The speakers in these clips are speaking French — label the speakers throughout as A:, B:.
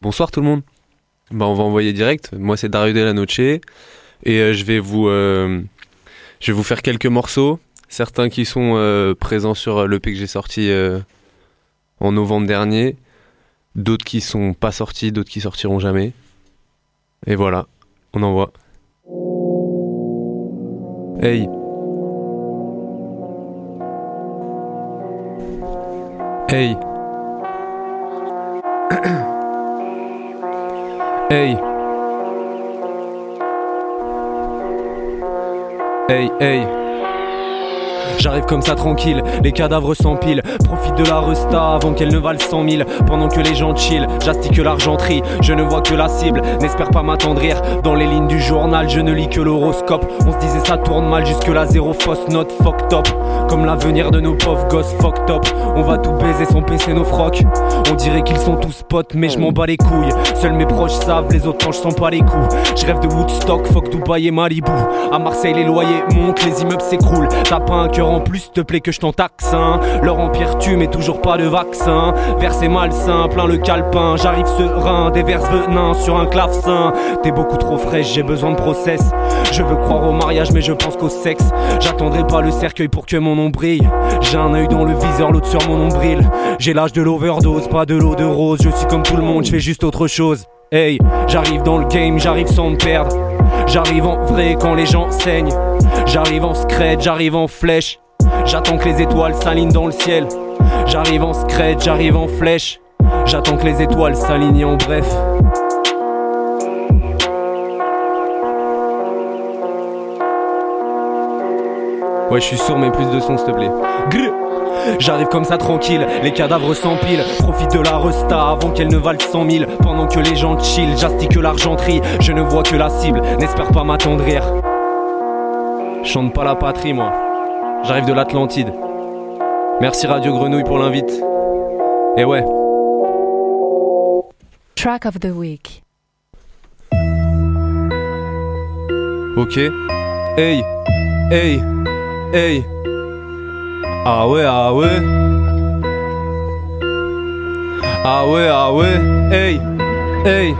A: Bonsoir tout le monde. Bah on va envoyer direct. Moi c'est Dario Della Noce et je vais vous faire quelques morceaux, certains qui sont présents sur l'EP que j'ai sorti en novembre dernier, d'autres qui sont pas sortis, d'autres qui sortiront jamais. Et voilà, on envoie. Hey. Hey. Hey. Hey, hey. J'arrive comme ça tranquille, les cadavres s'empilent. Profite de la resta avant qu'elle ne vale 100 000. Pendant que les gens chill, j'astique l'argenterie. Je ne vois que la cible, n'espère pas m'attendrir. Dans les lignes du journal, je ne lis que l'horoscope. On se disait ça tourne mal, jusque là zéro fausse note, fuck top. Comme l'avenir de nos pauvres gosses, fuck top. On va tout baiser sans PC nos frocs. On dirait qu'ils sont tous potes, mais je m'en bats les couilles. Seuls mes proches savent, les autres quand je sens pas les coups. Je rêve de Woodstock, fuck Dubaï et Malibu. À Marseille les loyers montent, les immeubles s'écroulent. T'as pas un cœur en plus, te plaît que je t'en taxe, hein. Leur empire tue mais toujours pas de vaccin. Versé malsain, plein le calepin. J'arrive serein, des verses venins sur un clavecin. T'es beaucoup trop fraîche, j'ai besoin de process. Je veux croire au mariage mais je pense qu'au sexe. J'attendrai pas le cercueil pour que mon nom brille. J'ai un œil dans le viseur, l'autre sur mon nombril. J'ai l'âge de l'overdose, pas de l'eau de rose. Je suis comme tout le monde, je fais juste autre chose. Hey, j'arrive dans le game, j'arrive sans me perdre. J'arrive en vrai quand les gens saignent. J'arrive en scred, j'arrive en flèche. J'attends que les étoiles s'alignent dans le ciel. J'arrive en scred, j'arrive en flèche. J'attends que les étoiles s'alignent en bref. Ouais, je suis sourd mais plus de son s'il te plaît. Grrr. J'arrive comme ça tranquille, les cadavres s'empilent. Profite de la resta avant qu'elle ne vale 100 000. Pendant que les gens chill, j'astique l'argenterie. Je ne vois que la cible, n'espère pas m'attendrir. Chante pas la patrie moi. J'arrive de l'Atlantide. Merci Radio Grenouille pour l'invite. Et ouais.
B: Track of the week.
A: Ok. Hey. Hey. Hey. Ah ouais, ah ouais. Ah ouais, ah ouais. Hey. Hey.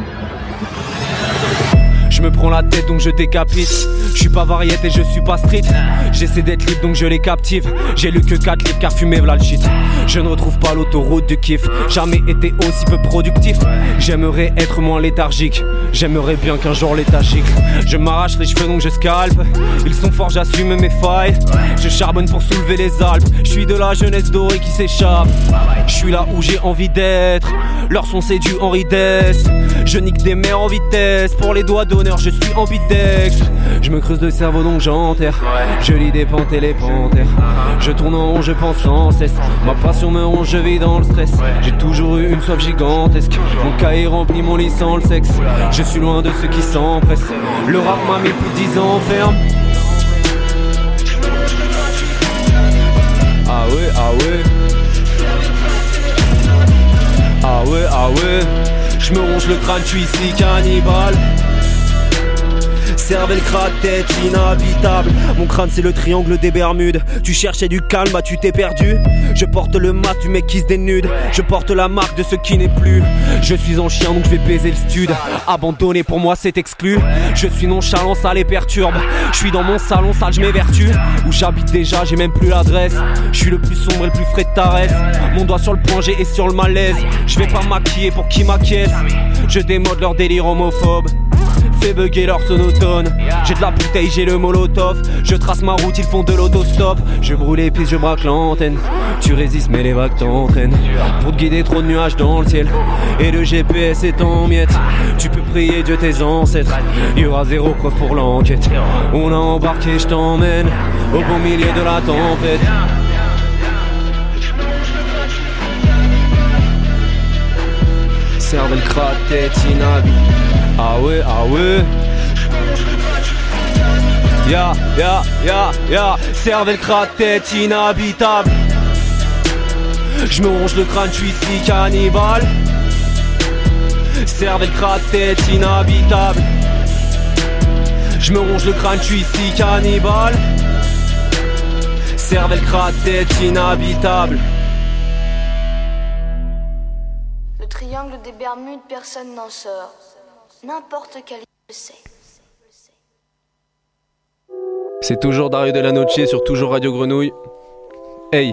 A: Je me prends la tête donc je décapite. Je suis pas variette et je suis pas street. J'essaie d'être libre donc je les captive. J'ai lu que 4 livres car fumer v'là le shit. Je ne retrouve pas l'autoroute du kiff. Jamais été aussi peu productif. J'aimerais être moins léthargique. J'aimerais bien qu'un jour l'état gicle. Je m'arrache les cheveux donc je scalpe. Ils sont forts, j'assume mes failles. Je charbonne pour soulever les Alpes. Je suis de la jeunesse dorée qui s'échappe. Je suis là où j'ai envie d'être. Leur son c'est du Henri Dess. Je nique des mers en vitesse. Pour les doigts d'honneur je suis ambidextre. Je me creuse le cerveau donc j'enterre. Je lis des pentes et les panthères. Je tourne en rond, je pense sans cesse. Ma passion me ronge, je vis dans le stress. J'ai toujours eu une soif gigantesque. Mon cahier remplit mon lit sans le sexe. Je suis loin de ceux qui s'empressent. Le rap m'a mis plus de 10 ans ferme. Ah ouais, ah ouais. Ah ouais, ah ouais. Je me ronge le crâne, je suis ici cannibale. Cervelle, crâne, tête inhabitable. Mon crâne c'est le triangle des Bermudes. Tu cherchais du calme, bah tu t'es perdu. Je porte le masque du mec qui se dénude. Je porte la marque de ce qui n'est plus. Je suis en chien donc je vais baiser le stud. Abandonné pour moi c'est exclu. Je suis nonchalant, ça les perturbe. Je suis dans mon salon sale, je m'évertue. Où j'habite déjà, j'ai même plus l'adresse. Je suis le plus sombre et le plus frais de ta reste. Mon doigt sur le point G et sur le malaise. Je vais pas maquiller pour qui m'acquiesce. Je démode leur délire homophobe. Fais bugger leur sonotone. J'ai de la bouteille, j'ai le molotov. Je trace ma route, ils font de l'autostop. Je brûle les pistes, je braque l'antenne. Tu résistes mais les vagues t'entraînent. Pour te guider trop de nuages dans le ciel. Et le GPS est en miettes. Tu peux prier Dieu tes ancêtres. Y'aura zéro preuve pour l'enquête. On a embarqué, je t'emmène au beau milieu de la tempête. Cervelle, crâne, tête inhabitable. Ah ouais, ah ouais. Ya, ya, ya, ya. Cervelle, crâne, tête inhabitable. Je me ronge le crâne, je suis ici cannibale. Cervelle, crâne, tête inhabitable. Je me ronge le crâne, je suis ici cannibale. Cervelle, crâne, tête inhabitable.
C: Le triangle
B: des Bermudes, personne n'en sort. N'importe quel le sait.
A: C'est toujours Dario de la Noche sur toujours Radio Grenouille. Hey.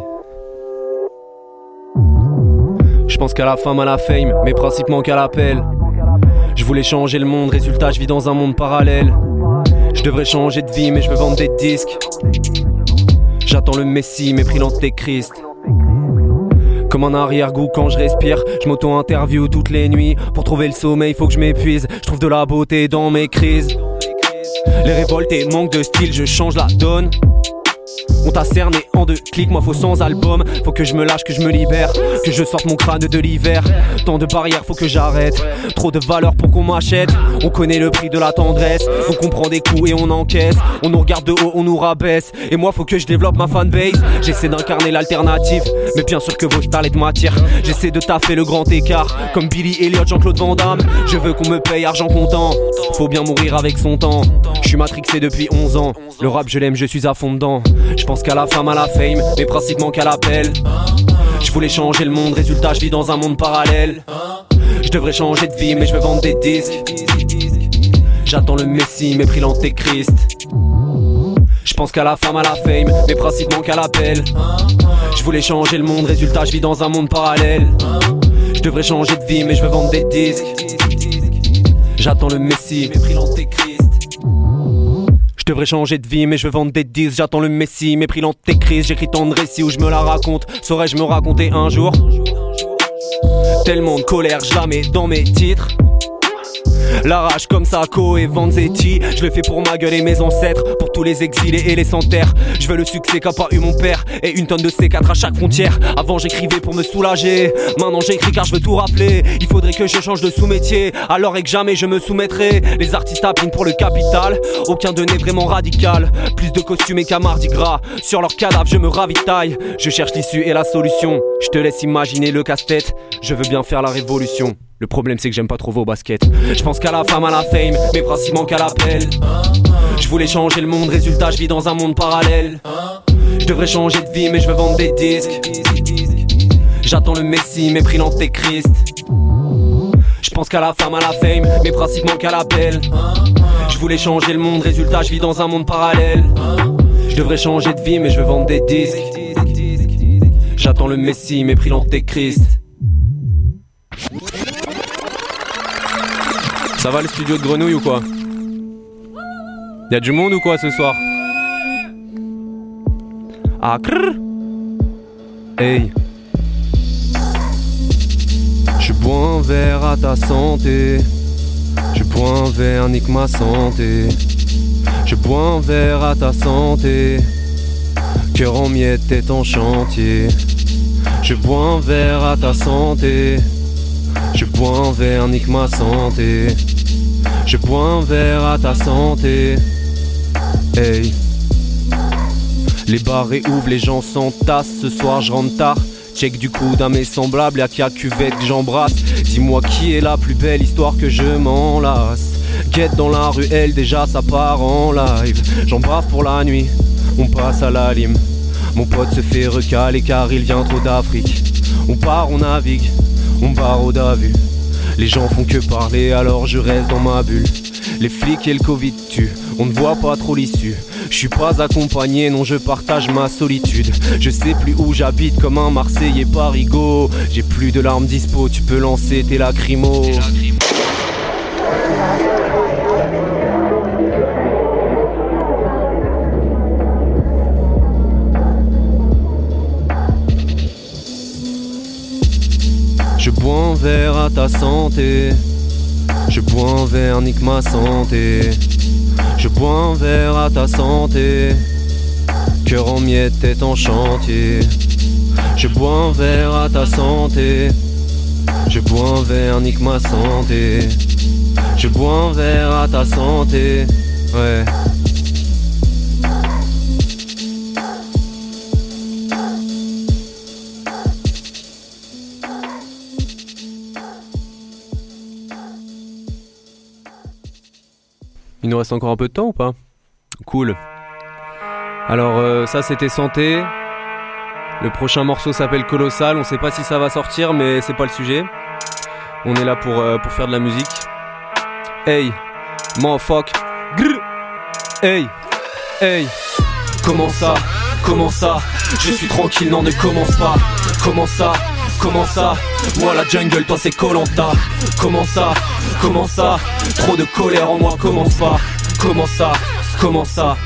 A: Je pense qu'à la femme, à la fame, mais principalement qu'à l'appel. Je voulais changer le monde, résultat je vis dans un monde parallèle. Je devrais changer de vie mais je veux vendre des disques. J'attends le Messie, mépris l'antéchrist. Comme un arrière-goût quand je respire, je m'auto-interview toutes les nuits. Pour trouver le sommeil, faut que je m'épuise. Je trouve de la beauté dans mes crises. Les révoltés manquent de style, je change la donne. On t'a cerné en 2 clics, moi faut 100 albums. Faut que je me lâche, que je me libère, que je sorte mon crâne de l'hiver. Tant de barrières, faut que j'arrête. Trop de valeur pour qu'on m'achète. On connaît le prix de la tendresse, donc on prend des coups et on encaisse. On nous regarde de haut, on nous rabaisse. Et moi faut que je développe ma fanbase. J'essaie d'incarner l'alternative, mais bien sûr que vos starlets m'attirent. J'essaie de taffer le grand écart, comme Billy Elliot, Jean-Claude Van Damme. Je veux qu'on me paye argent comptant. Faut bien mourir avec son temps. Je suis matrixé depuis 11 ans. Le rap je l'aime, je suis à fond dedans. Je pense qu'à la femme, à la fame, mais principalement qu'à l'appel. Je voulais changer le monde, résultat je vis dans un monde parallèle. Je devrais changer de vie mais je veux vendre des disques. J'attends le Messie, mépris l'antéchrist. Je pense qu'à la femme, à la fame, mais principalement qu'à l'appel. Je voulais changer le monde, résultat je vis dans un monde parallèle. Je devrais changer de vie mais je veux vendre des disques. J'attends le Messie, mépris l'antéchrist. Je devrais changer de vie mais je veux vendre des disques. J'attends le Messie, mépris l'antéchrist. J'écris tant de récits où je me la raconte. Saurais-je me raconter un jour? Tellement de colère, jamais dans mes titres. La rage comme Sako et Vanzetti. Je le fais pour ma gueule et mes ancêtres, pour tous les exilés et les sans-terre. Je veux le succès qu'a pas eu mon père et une tonne de C4 à chaque frontière. Avant j'écrivais pour me soulager, maintenant j'écris car je veux tout rappeler. Il faudrait que je change de sous-métier, alors et que jamais je me soumettrai. Les artistes tapinent pour le capital, aucun d'eux n'est vraiment radical. Plus de costumes et qu'à Mardi Gras, sur leurs cadavres je me ravitaille. Je cherche l'issue et la solution, je te laisse imaginer le casse-tête. Je veux bien faire la révolution. Le problème c'est que j'aime pas trop vos baskets. Je pense qu'à la femme, à la fame, mais principalement qu'à l'appel. Je voulais changer le monde, résultat je vis dans un monde parallèle. Je devrais changer de vie mais je veux vendre des disques. J'attends le Messie, mépris l'antéchrist. Je pense qu'à la femme, à la fame, mais principalement qu'à l'appel. Je voulais changer le monde, résultat je vis dans un monde parallèle. Je devrais changer de vie mais je veux vendre des disques. J'attends le Messie, mépris l'antéchrist. Ça va le studio de Grenouille ou quoi? Y'a du monde ou quoi ce soir? Ah crrr. Hey. Je bois un verre à ta santé. Je bois un verre, nique ma santé. Je bois un verre à ta santé. Cœur en miettes, tête en chantier. Je bois un verre à ta santé. Je bois un verre, nique ma santé. Je bois un verre à ta santé. Hey. Les bars réouvrent, les gens s'entassent. Ce soir je rentre tard. Check du coude à mes semblables, y'a qu'à cuvette que j'embrasse. Dis-moi qui est la plus belle, histoire que je m'enlace. Guette dans la ruelle, déjà ça part en live. J'en bave pour la nuit, on passe à la lime. Mon pote se fait recaler car il vient trop d'Afrique. On part, on navigue, on barre au Davu. Les gens font que parler alors je reste dans ma bulle. Les flics et le Covid tuent, on ne voit pas trop l'issue. Je suis pas accompagné, non je partage ma solitude. Je sais plus où j'habite comme un Marseillais parigo. J'ai plus de larmes dispo, tu peux lancer tes lacrymos. Je bois un verre à ta santé. Je bois un verre, nique ma santé. Je bois un verre à ta santé. Cœur en miettes, tête en chantier. Je bois un verre à ta santé. Je bois un verre, nique ma santé. Je bois un verre à ta santé. Ouais. Il nous reste encore un peu de temps ou pas? Cool. Alors ça c'était Santé. Le prochain morceau s'appelle Colossal. On sait pas si ça va sortir mais c'est pas le sujet. On est là pour faire de la musique. Hey, motherfuck. Grrr. Hey, hey. Comment ça? Je suis tranquille, non ne commence pas. Comment ça? Moi la jungle, toi c'est Koh-Lanta. Comment ça? Trop de colère en moi, commence pas. Comment ça?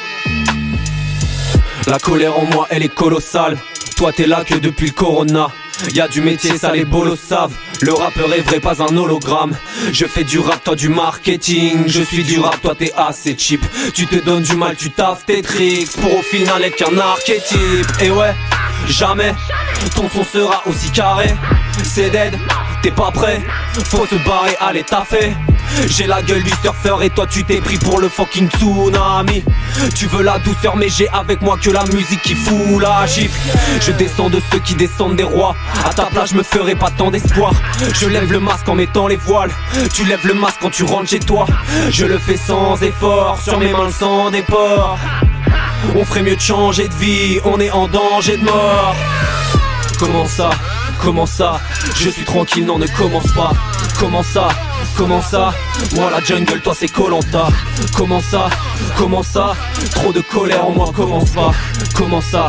A: La colère en moi, elle est colossale. Toi t'es là que depuis le corona. Y'a du métier, ça les bolos savent. Le rappeur est vrai, pas un hologramme. Je fais du rap, toi du marketing. Je suis du rap, toi t'es assez cheap. Tu te donnes du mal, tu taffes tes tricks pour au final être qu'un archétype. Et ouais, jamais ton son sera aussi carré. C'est dead, t'es pas prêt. Faut se barrer, allez taffer. J'ai la gueule du surfeur et toi tu t'es pris pour le fucking tsunami. Tu veux la douceur mais j'ai avec moi que la musique qui fout la gifle. Je descends de ceux qui descendent des rois. À ta place je me ferai pas tant d'espoir. Je lève le masque en mettant les voiles. Tu lèves le masque quand tu rentres chez toi. Je le fais sans effort, sur mes mains le sang des porcs. On ferait mieux de changer de vie, on est en danger de mort. Comment ça? Je suis tranquille, non ne commence pas. Comment ça? Moi la jungle, toi c'est Koh-Lanta. Comment ça? Trop de colère en moi, commence pas. Comment ça?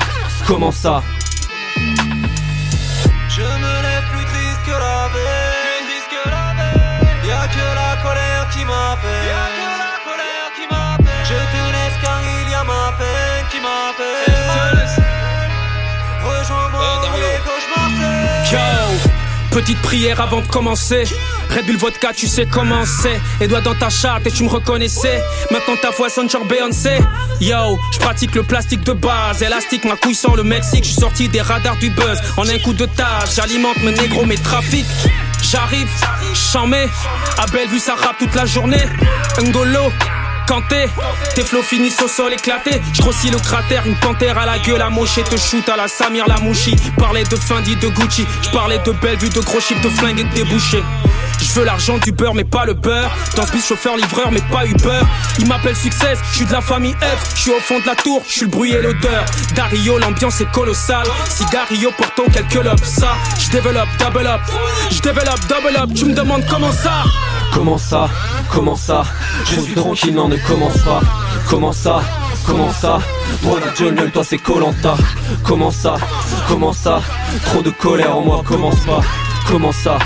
C: Je me lève plus triste que la veille. Y'a que la colère qui m'appelle. Je te laisse car il y a ma peine qui m'appelle. Rejoins-moi où les cauchemars c'est.
D: Yo, petite prière avant de commencer. Red Bull Vodka, tu sais comment c'est. Et doigts dans ta charte et tu me reconnaissais. Maintenant ta voix sonne genre Beyoncé. Yo, je pratique le plastique de base. Élastique, ma couille sent le Mexique. Je suis sorti des radars du buzz. En un coup de tâche, j'alimente mes négros, mes trafics. J'arrive, j'en mets. À Bellevue, ça rappe toute la journée. Ngolo, Kanté, tes flots finissent au sol éclaté. J'grossis le cratère, une panthère à la gueule amochée. Te shoot à la Samir Lamouchi. Parlais de Fendi, de Gucci. J'parlais de Bellevue, de gros chiffres, de flingues et de débouchés. Je veux l'argent du beurre mais pas le beurre. Dans ce bis chauffeur livreur mais pas Uber. Il m'appelle Success, je suis de la famille F. Je suis au fond de la tour, je suis le bruit et l'odeur. Dario, l'ambiance est colossale. Cigarillo, Porto, quelques lobes. Ça, je développe, double up. Je développe, double up. Tu me demandes comment ça?
A: Comment ça? Je suis tranquille, non ne commence pas. Comment ça? Moi la jungle, toi c'est Koh-Lanta. Comment ça? Trop de colère en moi, commence pas. Comment ça?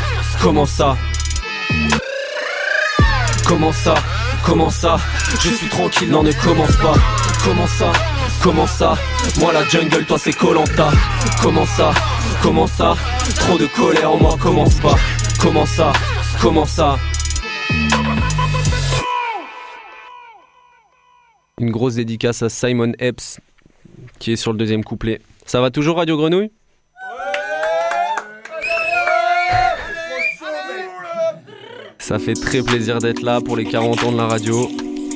A: Je suis tranquille, non ne commence pas. Comment ça? Moi la jungle, toi c'est Koh-Lanta. Comment ça? Trop de colère en moi, commence pas. Comment ça? Une grosse dédicace à Simon Epps qui est sur le deuxième couplet. Ça va toujours Radio Grenouille? Ça fait très plaisir d'être là pour les 40 ans de la radio.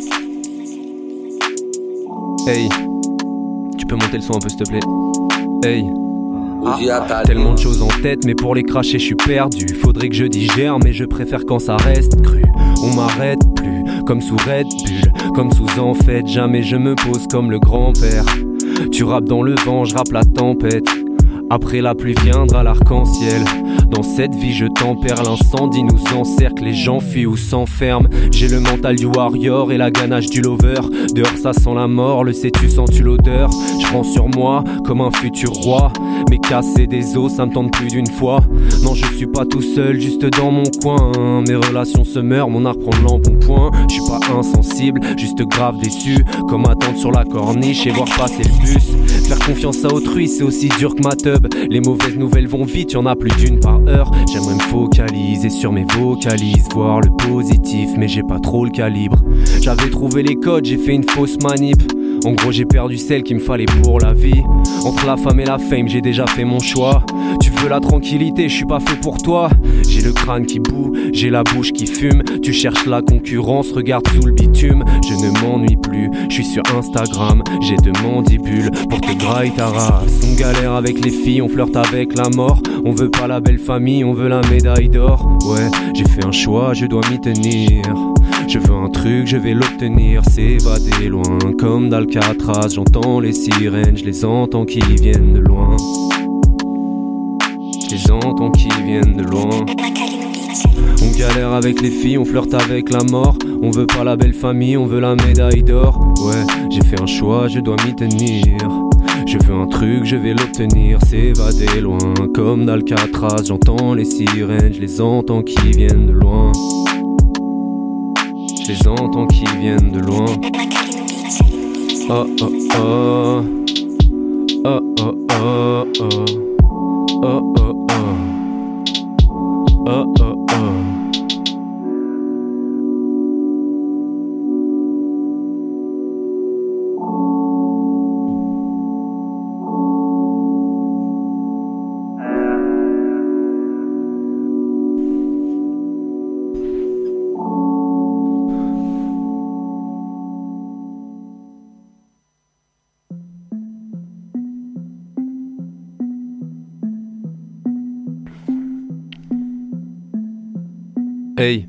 A: Hey, tu peux monter le son un peu s'il te plaît? Hey. Tellement de choses en tête, mais pour les cracher je suis perdu. Faudrait que je digère, mais je préfère quand ça reste cru. On m'arrête plus, comme sous Red Bull, comme sous en fait. Jamais je me pose comme le grand-père. Tu rappes dans le vent, je rappe la tempête. Après la pluie viendra l'arc-en-ciel. Dans cette vie je tempère, l'incendie nous encercle. Les gens fuient ou s'enferment. J'ai le mental du warrior et la ganache du lover. Dehors ça sent la mort, le sais-tu, sens-tu l'odeur? Je prends sur moi comme un futur roi. Mais casser des os ça me tente plus d'une fois. Non je suis pas tout seul, juste dans mon coin. Mes relations se meurent, mon art prend de l'embonpoint. Je suis pas insensible, juste grave déçu. Comme attendre sur la corniche et voir passer le bus. Faire confiance à autrui c'est aussi dur que ma teub. Les mauvaises nouvelles vont vite, y'en a plus d'une par heure. J'aimerais me focaliser sur mes vocalises, voir le positif, mais j'ai pas trop le calibre. J'avais trouvé les codes, j'ai fait une fausse manip. En gros j'ai perdu celle qu'il me fallait pour la vie. Entre la fame et la fame, j'ai déjà fait mon choix. Tu veux la tranquillité, je suis pas fait pour toi. J'ai le crâne qui boue, j'ai la bouche qui fume. Tu cherches la concurrence, regarde sous le bitume. Je ne m'ennuie plus, je suis sur Instagram. J'ai deux mandibules pour te grailler ta race. On galère avec les filles, on flirte avec la mort. On veut pas la belle famille, on veut la médaille d'or. Ouais, j'ai fait un choix, je dois m'y tenir. Je veux un truc, je vais l'obtenir. S'évader loin comme d'Alcatraz. J'entends les sirènes, je les entends qui viennent de loin. Je les entends qui viennent de loin. On galère avec les filles, on flirte avec la mort. On veut pas la belle famille, on veut la médaille d'or. Ouais, j'ai fait un choix, je dois m'y tenir. Je veux un truc, je vais l'obtenir. S'évader loin, comme d'Alcatraz. J'entends les sirènes, je les entends qui viennent de loin. Je les entends qui viennent de loin. Oh oh oh. Oh oh oh oh. Oh oh oh. Oh oh oh. Hey.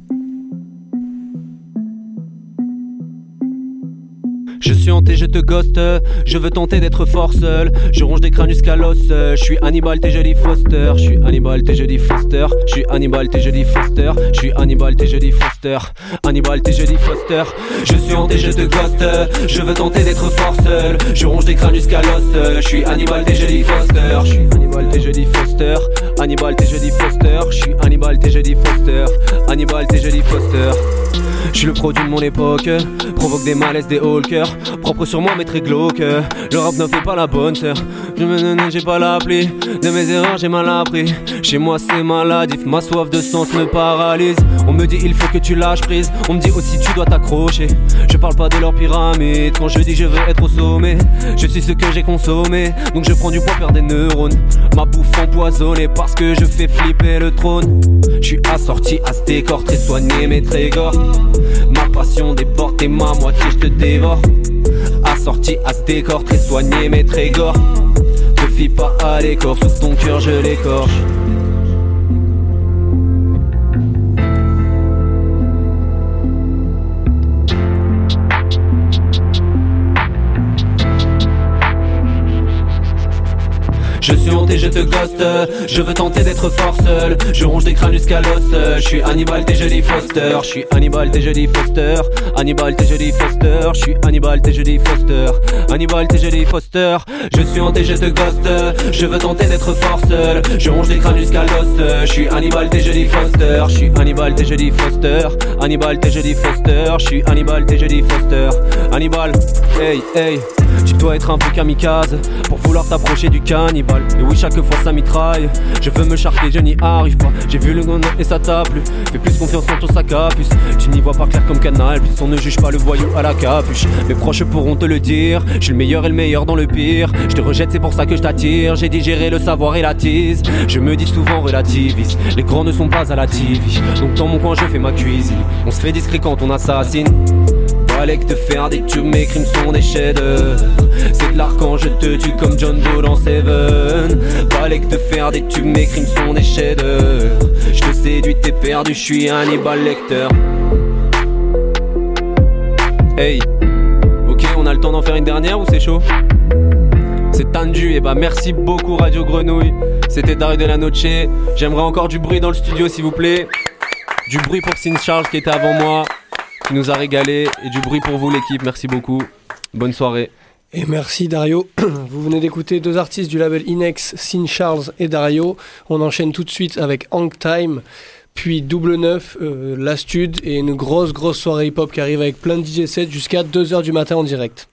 A: Je suis hanté, je te ghost. Je veux tenter d'être fort seul. Je ronge des crânes jusqu'à l'os. Je suis Hannibal, t'es joli Foster. Je suis Hannibal, t'es joli Foster. Je suis Hannibal, t'es joli Foster. Je suis Hannibal, t'es joli Foster. Hannibal, t'es joli Foster. Je suis hanté, je te ghost. Je veux tenter d'être fort seul. Je ronge des crânes jusqu'à l'os. Je suis Hannibal, t'es joli Foster. Je suis Hannibal, t'es joli Foster. Hannibal, t'es joli Foster. Je suis Hannibal, t'es joli Foster. Hannibal, t'es joli Foster. Je suis le produit de mon époque, provoque des malaises, des hawkers. Propre sur moi mais très glauque. Le rap ne fait pas la bonne sœur. J'ai pas l'appli, de mes erreurs j'ai mal appris. Chez moi c'est maladif, ma soif de sens me paralyse. On me dit il faut que tu lâches prise. On me dit aussi tu dois t'accrocher. Je parle pas de leur pyramide. Quand je dis je veux être au sommet, je suis ce que j'ai consommé. Donc je prends du poids, perds des neurones. Ma bouffe empoisonnée parce que je fais flipper le trône. Je suis assorti à ce décor très soigné mais très gore. Ma passion déborde et ma moitié je te dévore. Assorti à ce décor très soigné mais très gore. Te fie pas à l'écorce, sous ton cœur je l'écorche. Je suis hanté, je te ghost. Je veux tenter d'être fort seul. Je ronge des crânes jusqu'à l'os. Je suis Hannibal, t'es joli Foster. Je suis Hannibal, t'es joli Foster. Hannibal, t'es joli Foster. Je suis Hannibal, t'es joli Foster. Hannibal, t'es joli Foster. Je suis hanté, je te ghost. Je veux tenter d'être fort seul. Je ronge des crânes jusqu'à l'os. Je suis Hannibal, t'es joli Foster. Je suis Hannibal, t'es joli Foster. Hannibal, t'es joli Foster. Je suis Hannibal, t'es joli Foster. Hannibal, hey, hey. Tu dois être un peu kamikaze pour vouloir t'approcher du cannibale. Et oui, chaque fois ça mitraille. Je veux me charquer, je n'y arrive pas. J'ai vu le gonne et ça t'a plu. Fais plus confiance en ton sac à puce. Tu n'y vois pas clair comme Canal Plus. On ne juge pas le voyou à la capuche. Mes proches pourront te le dire. Je suis le meilleur et le meilleur dans le pire. Je te rejette, c'est pour ça que je t'attire. J'ai digéré le savoir et la tise. Je me dis souvent relativise. Les grands ne sont pas à la TV. Donc dans mon coin je fais ma cuisine. On se fait discret quand on assassine. Fallait que te faire des tubes, mes crimes sont des chefs-d'œuvre. C'est de l'art quand je te tue comme John Doe dans Seven. Fallait que te faire des tubes, mes crimes sont des chefs-d'œuvre. Je te séduis, t'es perdu, je suis Hannibal Lecter. Hey, ok, on a le temps d'en faire une dernière ou c'est chaud? C'est tendu, et bah merci beaucoup Radio Grenouille. C'était Dario de la Noche. J'aimerais encore du bruit dans le studio s'il vous plaît. Du bruit pour Sin Charles qui était avant moi, qui nous a régalé, et du bruit pour vous l'équipe, merci beaucoup, bonne soirée.
E: Et merci Dario. Vous venez d'écouter deux artistes du label Inex, Sin Charles et Dario. On enchaîne tout de suite avec Hang Time, puis Double 9, La Stud, et une grosse soirée hip-hop qui arrive avec plein de DJ sets jusqu'à 2h du matin en direct.